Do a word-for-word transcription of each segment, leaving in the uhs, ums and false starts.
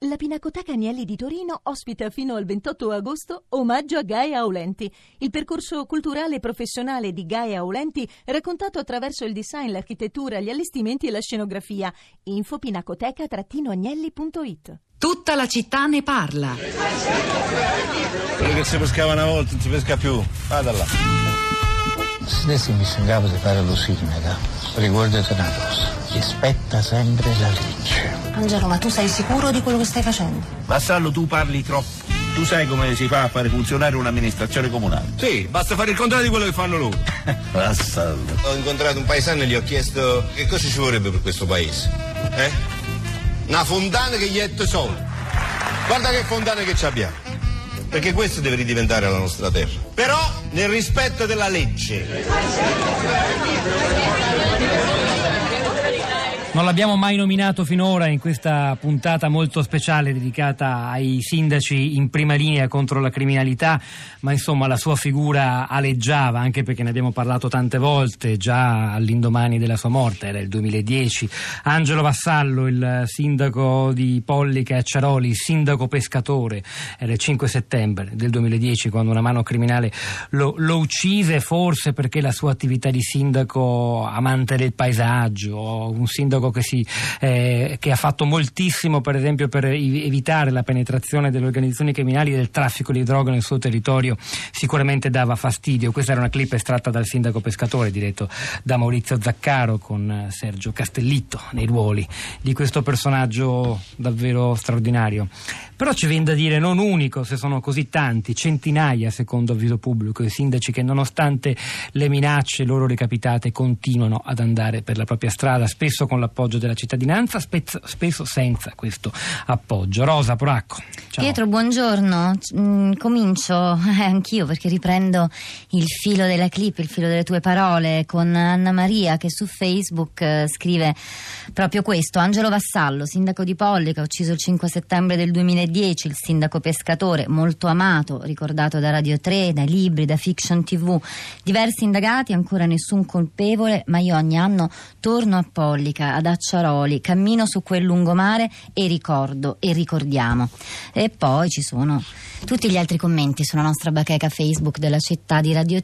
La Pinacoteca Agnelli di Torino ospita fino al ventotto agosto Omaggio a Gaia Aulenti, il percorso culturale e professionale di Gaia Aulenti raccontato attraverso il design, l'architettura, gli allestimenti e la scenografia. Info pinacoteca agnelli punto it. Tutta la città ne parla. Quello che si pescava una volta non si pesca più. Vada là. Adesso mi sembrava di fare lo sindaco. Ricordati una cosa, rispetta sempre la legge. Angelo, ma tu sei sicuro di quello che stai facendo? Vassallo, tu parli troppo. Tu sai come si fa a fare funzionare un'amministrazione comunale? Sì, basta fare il contrario di quello che fanno loro. Vassallo. Ho incontrato un paesano e gli ho chiesto che cosa ci vorrebbe per questo paese. Eh? Una fontana che gliette soldi. Guarda che fontane che ci abbiamo. Perché questo deve ridiventare la nostra terra. Però nel rispetto della legge. Non l'abbiamo mai nominato finora in questa puntata molto speciale dedicata ai sindaci in prima linea contro la criminalità, ma insomma la sua figura aleggiava, anche perché ne abbiamo parlato tante volte già all'indomani della sua morte, era il duemiladieci. Angelo Vassallo, il sindaco di Pollica e Acciaroli, sindaco pescatore, era il cinque settembre del duemiladieci quando una mano criminale lo, lo uccise, forse perché la sua attività di sindaco amante del paesaggio, un sindaco che, si, eh, che ha fatto moltissimo per esempio per evitare la penetrazione delle organizzazioni criminali e del traffico di droga nel suo territorio, sicuramente dava fastidio. Questa era una clip estratta dal Sindaco Pescatore, diretto da Maurizio Zaccaro, con Sergio Castellitto nei ruoli di questo personaggio davvero straordinario. Però ci viene da dire non unico, se sono così tanti, centinaia secondo avviso pubblico, i sindaci che nonostante le minacce loro recapitate continuano ad andare per la propria strada, spesso con l'appoggio della cittadinanza, spesso, spesso senza questo appoggio. Rosa Poracco. Ciao. Pietro, buongiorno. Mm, comincio eh, anch'io perché riprendo il filo della clip, il filo delle tue parole, con Anna Maria che su Facebook eh, scrive proprio questo. Angelo Vassallo, sindaco di Pollica, ucciso il cinque settembre del duemiladieci, il sindaco pescatore, molto amato, ricordato da Radio tre, da libri, da Fiction tivù. Diversi indagati, ancora nessun colpevole, ma io ogni anno torno a Pollica, ad Acciaroli, cammino su quel lungomare e ricordo e ricordiamo. E poi ci sono tutti gli altri commenti sulla nostra bacheca Facebook della città di Radio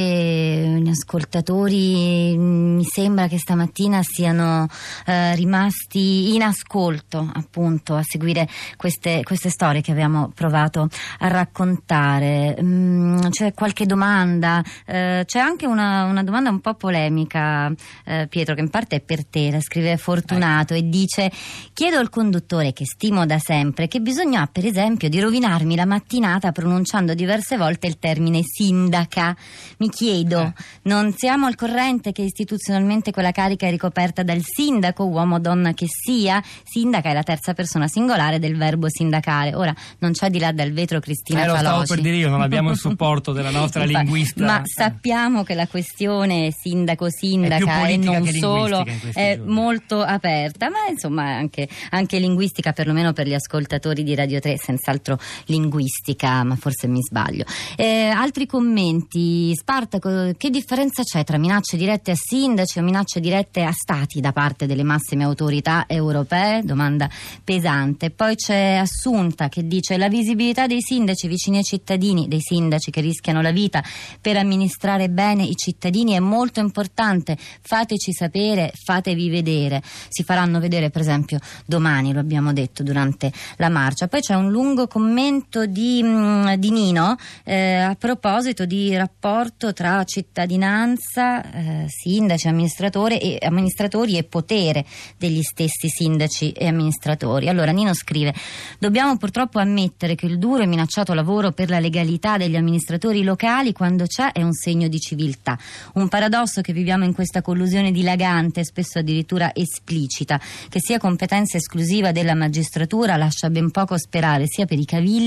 tre. Gli ascoltatori mi sembra che stamattina siano eh, rimasti in ascolto, appunto, a seguire queste, queste storie che abbiamo provato a raccontare. Mm, c'è qualche domanda, eh, c'è anche una, una domanda un po' polemica, eh, Pietro, che in parte è per te, la scrive Fortunato, e dice: chiedo al conduttore, che stimo da sempre, che bisogno ha per esempio di rovinarmi la mattinata pronunciando diverse volte il termine sindaca. Mi chiedo, eh. non siamo al corrente che istituzionalmente quella carica è ricoperta dal sindaco, uomo o donna che sia? Sindaca è la terza persona singolare del verbo sindacare. Ora non c'è di là dal vetro Cristina eh, Faloci. Lo stavo per dire io, non abbiamo il supporto della nostra linguista. Ma sappiamo che la questione sindaco-sindaca e non solo è giorni. molto aperta, ma insomma anche, anche linguistica, perlomeno per gli ascoltatori di Radio tre, senz'altro linguistica, ma forse mi sbaglio. Eh, altri commenti. Spartaco, che differenza c'è tra minacce dirette a sindaci o minacce dirette a stati da parte delle massime autorità europee? Domanda pesante. Poi c'è Assunta che dice: la visibilità dei sindaci vicini ai cittadini, dei sindaci che rischiano la vita per amministrare bene i cittadini, è molto importante. Fateci sapere, fatevi vedere. Si faranno vedere per esempio domani, lo abbiamo detto durante la marcia. Poi c'è un lungo commento di, di Nino eh, a proposito di rapporto tra cittadinanza, eh, sindaci, amministratori e, amministratori e potere degli stessi sindaci e amministratori. Allora Nino scrive: dobbiamo purtroppo ammettere che il duro e minacciato lavoro per la legalità degli amministratori locali, quando c'è, è un segno di civiltà. Un paradosso che viviamo in questa collusione dilagante, spesso addirittura esplicita, che sia competenza esclusiva della magistratura lascia ben poco sperare sia per i cavilli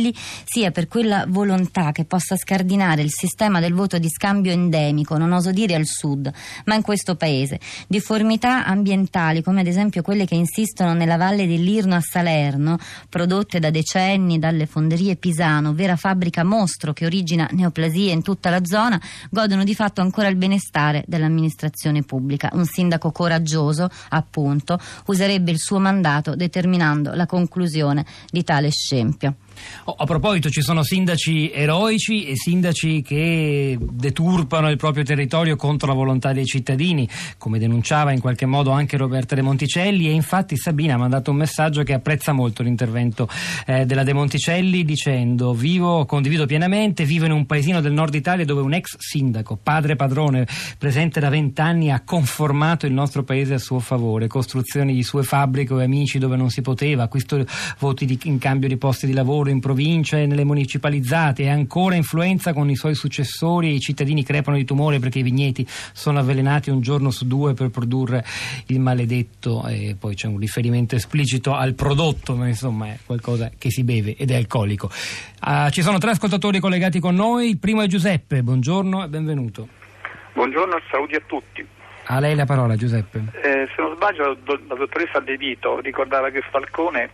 sia per quella volontà che possa scardinare il sistema del voto di scambio endemico, non oso dire al sud, ma in questo paese. Difformità ambientali, come ad esempio quelle che insistono nella valle dell'Irno a Salerno, prodotte da decenni dalle fonderie Pisano, vera fabbrica mostro che origina neoplasie in tutta la zona, godono di fatto ancora il benestare dell'amministrazione pubblica. Un sindaco coraggioso, appunto, userebbe il suo mandato determinando la conclusione di tale scempio. Oh, a proposito, ci sono sindaci eroici e sindaci che deturpano il proprio territorio contro la volontà dei cittadini, come denunciava in qualche modo anche Roberta De Monticelli, e infatti Sabina ha mandato un messaggio che apprezza molto l'intervento eh, della De Monticelli, dicendo: vivo, condivido pienamente, vivo in un paesino del nord Italia dove un ex sindaco, padre padrone, presente da vent'anni, ha conformato il nostro paese a suo favore, costruzioni di sue fabbriche e amici dove non si poteva, acquisto voti di, in cambio di posti di lavoro in provincia e nelle municipalizzate, e ancora influenza con i suoi successori, e i cittadini crepano di tumore perché i vigneti sono avvelenati un giorno su due per produrre il maledetto, e poi c'è un riferimento esplicito al prodotto, ma insomma è qualcosa che si beve ed è alcolico. Uh, ci sono tre ascoltatori collegati con noi. Il primo è Giuseppe, buongiorno e benvenuto. Buongiorno, saluti a tutti. A lei la parola, Giuseppe. Eh, se non sbaglio, la dottoressa De Vito ricordava che Falcone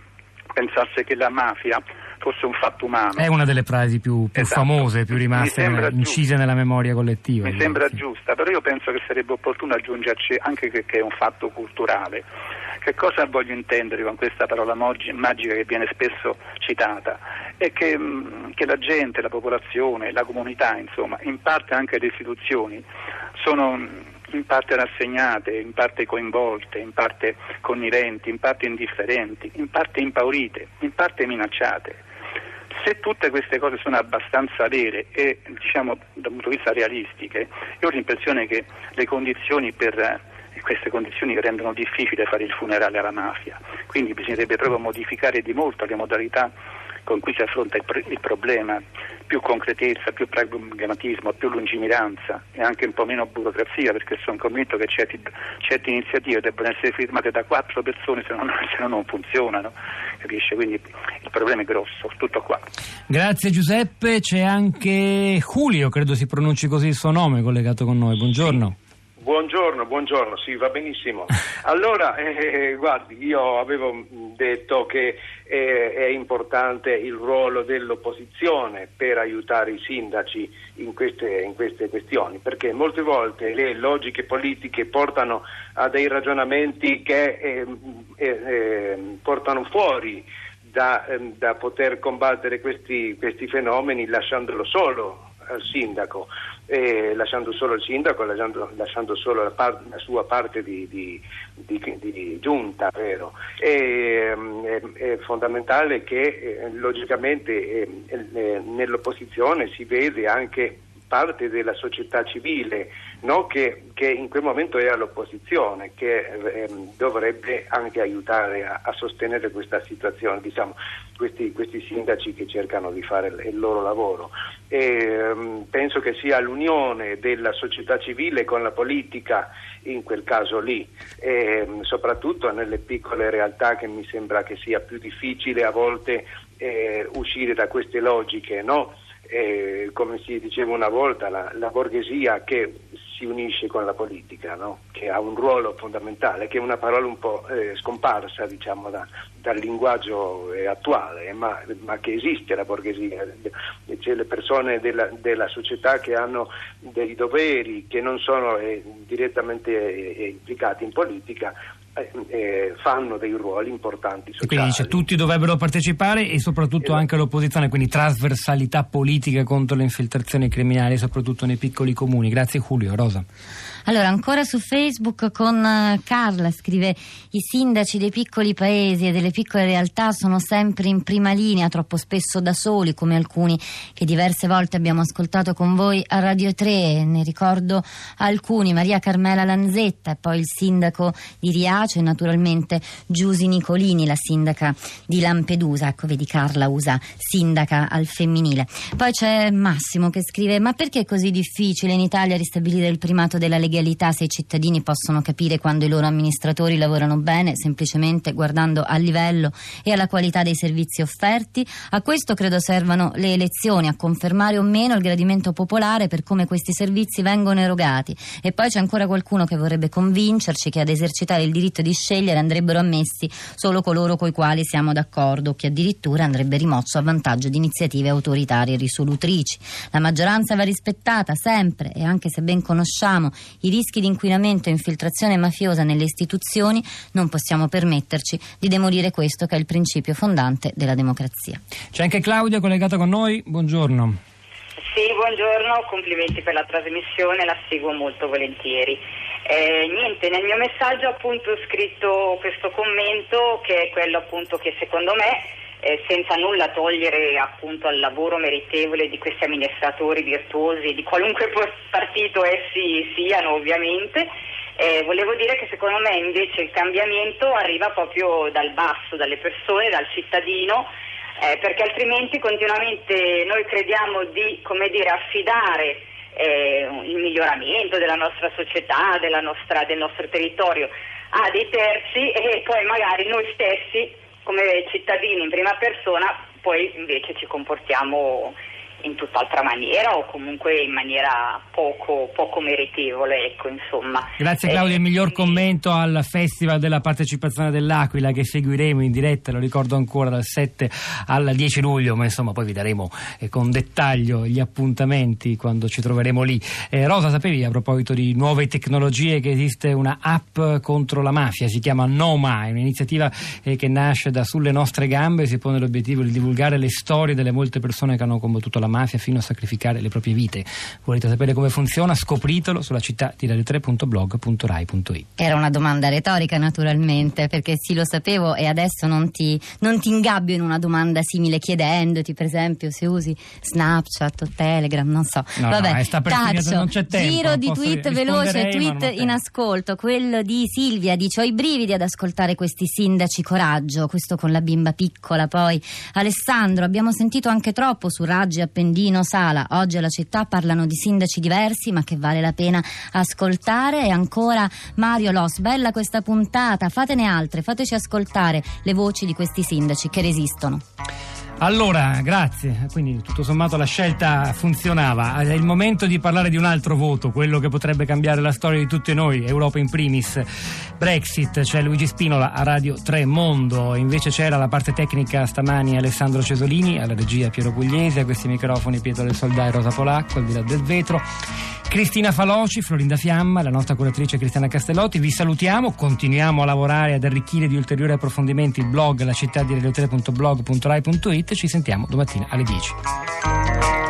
pensasse che la mafia fosse un fatto umano. È una delle frasi più, più esatto. famose, più rimaste incise nella memoria collettiva. Mi sembra sì. giusta, però io penso che sarebbe opportuno aggiungerci anche che, che è un fatto culturale. Che cosa voglio intendere con questa parola magica che viene spesso citata? È che, che la gente, la popolazione, la comunità, insomma, in parte anche le istituzioni, sono in parte rassegnate, in parte coinvolte, in parte conniventi, in parte indifferenti, in parte impaurite, in parte minacciate. Se tutte queste cose sono abbastanza vere e, diciamo, dal punto di vista realistiche, io ho l'impressione che le condizioni per queste condizioni rendono difficile fare il funerale alla mafia, quindi bisognerebbe proprio modificare di molto le modalità con cui si affronta il, pr- il problema, più concretezza, più pragmatismo, più lungimiranza e anche un po' meno burocrazia, perché sono convinto che certi, certe iniziative debbano essere firmate da quattro persone, se no, se no non funzionano, capisce? Quindi il problema è grosso, tutto qua. Grazie Giuseppe, c'è anche Julio, credo si pronunci così il suo nome, collegato con noi, buongiorno. Sì. Buongiorno, buongiorno, sì, va benissimo. Allora, eh, guardi, io avevo detto che eh, è importante il ruolo dell'opposizione per aiutare i sindaci in queste, in queste questioni, perché molte volte le logiche politiche portano a dei ragionamenti che eh, eh, eh, portano fuori da, eh, da poter combattere questi, questi fenomeni lasciandolo solo al sindaco. Eh, lasciando solo il sindaco, lasciando, lasciando solo la, par- la sua parte di, di, di, di giunta, vero? E, è, è fondamentale che eh, logicamente eh, eh, nell'opposizione si vede anche parte della società civile, no? che, che in quel momento è all'opposizione, che eh, dovrebbe anche aiutare a, a sostenere questa situazione, diciamo, questi, questi sindaci che cercano di fare il, il loro lavoro. E, ehm, penso che sia l'unione della società civile con la politica in quel caso lì, e, soprattutto nelle piccole realtà, che mi sembra che sia più difficile a volte eh, uscire da queste logiche, no? Eh, come si diceva una volta, la, la borghesia che si unisce con la politica, no? Che ha un ruolo fondamentale, che è una parola un po' eh, scomparsa, diciamo, da, dal linguaggio eh, attuale, ma, ma che esiste la borghesia, c'è le persone della, della società che hanno dei doveri, che non sono eh, direttamente eh, implicati in politica, Eh, eh, fanno dei ruoli importanti sociali. Quindi dice, tutti dovrebbero partecipare e soprattutto esatto. anche l'opposizione, quindi trasversalità politica contro le infiltrazioni criminali, soprattutto nei piccoli comuni. Grazie Julio. Rosa. Allora, ancora su Facebook con Carla scrive: i sindaci dei piccoli paesi e delle piccole realtà sono sempre in prima linea, troppo spesso da soli, come alcuni che diverse volte abbiamo ascoltato con voi a Radio tre. Ne ricordo alcuni: Maria Carmela Lanzetta, e poi il sindaco di Riace, e naturalmente Giusy Nicolini, la sindaca di Lampedusa. Ecco, vedi, Carla usa sindaca al femminile. Poi c'è Massimo che scrive: ma perché è così difficile in Italia ristabilire il primato della legalità? legalità se i cittadini possono capire quando i loro amministratori lavorano bene, semplicemente guardando al livello e alla qualità dei servizi offerti. A questo credo servano le elezioni, a confermare o meno il gradimento popolare per come questi servizi vengono erogati. E poi c'è ancora qualcuno che vorrebbe convincerci che ad esercitare il diritto di scegliere andrebbero ammessi solo coloro coi quali siamo d'accordo, o che addirittura andrebbe rimosso a vantaggio di iniziative autoritarie risolutrici. La maggioranza va rispettata sempre, e anche se ben conosciamo i rischi di inquinamento e infiltrazione mafiosa nelle istituzioni, non possiamo permetterci di demolire questo che è il principio fondante della democrazia. C'è anche Claudia collegata con noi, buongiorno. Sì, buongiorno, complimenti per la trasmissione, la seguo molto volentieri. Eh, niente, nel mio messaggio appunto ho scritto questo commento, che è quello appunto che secondo me, eh, senza nulla togliere appunto al lavoro meritevole di questi amministratori virtuosi di qualunque partito essi siano ovviamente, eh, volevo dire che secondo me invece il cambiamento arriva proprio dal basso, dalle persone, dal cittadino, eh, perché altrimenti continuamente noi crediamo di, come dire, affidare Eh, il miglioramento della nostra società, della nostra, del nostro territorio a dei terzi, e poi magari noi stessi come cittadini in prima persona poi invece ci comportiamo in tutt'altra maniera, o comunque in maniera poco, poco meritevole, ecco, insomma. Grazie Claudia, eh, il miglior quindi... commento al Festival della Partecipazione dell'Aquila, che seguiremo in diretta, lo ricordo ancora, dal sette al dieci luglio, ma insomma poi vi daremo eh, con dettaglio gli appuntamenti quando ci troveremo lì. Eh, Rosa, sapevi a proposito di nuove tecnologie che esiste una app contro la mafia, si chiama Noma, è un'iniziativa eh, che nasce da Sulle Nostre Gambe, si pone l'obiettivo di divulgare le storie delle molte persone che hanno combattuto la mafia fino a sacrificare le proprie vite. Volete sapere come funziona? Scopritelo sulla città di radio tre punto blog punto rai punto it. Era una domanda retorica naturalmente, perché sì, lo sapevo, e adesso non ti, non ti ingabbio in una domanda simile chiedendoti per esempio se usi Snapchat o Telegram, non so. No, Vabbè, no, sta taccio, non c'è tempo, giro di tweet veloce, tweet in tempo. ascolto. Quello di Silvia dice: ho i brividi ad ascoltare questi sindaci, coraggio, questo con la bimba piccola. Poi Alessandro: abbiamo sentito anche troppo su Raggi, Appendino, Sala, oggi alla città parlano di sindaci diversi ma che vale la pena ascoltare. E ancora Mario Los: bella questa puntata, fatene altre, fateci ascoltare le voci di questi sindaci che resistono. Allora, grazie. Quindi tutto sommato la scelta funzionava. È il momento di parlare di un altro voto, quello che potrebbe cambiare la storia di tutti noi, Europa in primis. Brexit. C'è Luigi Spinola a Radio tre Mondo, invece c'era la parte tecnica stamani Alessandro Cesolini, alla regia Piero Pugliese, a questi microfoni Pietro del Soldà e Rosa Polacco, al di là del vetro, Cristina Faloci, Florinda Fiamma, la nostra curatrice Cristiana Castellotti. Vi salutiamo, continuiamo a lavorare ad arricchire di ulteriori approfondimenti il blog la città di radio tre punto blog punto rai punto it. Ci sentiamo domattina alle dieci.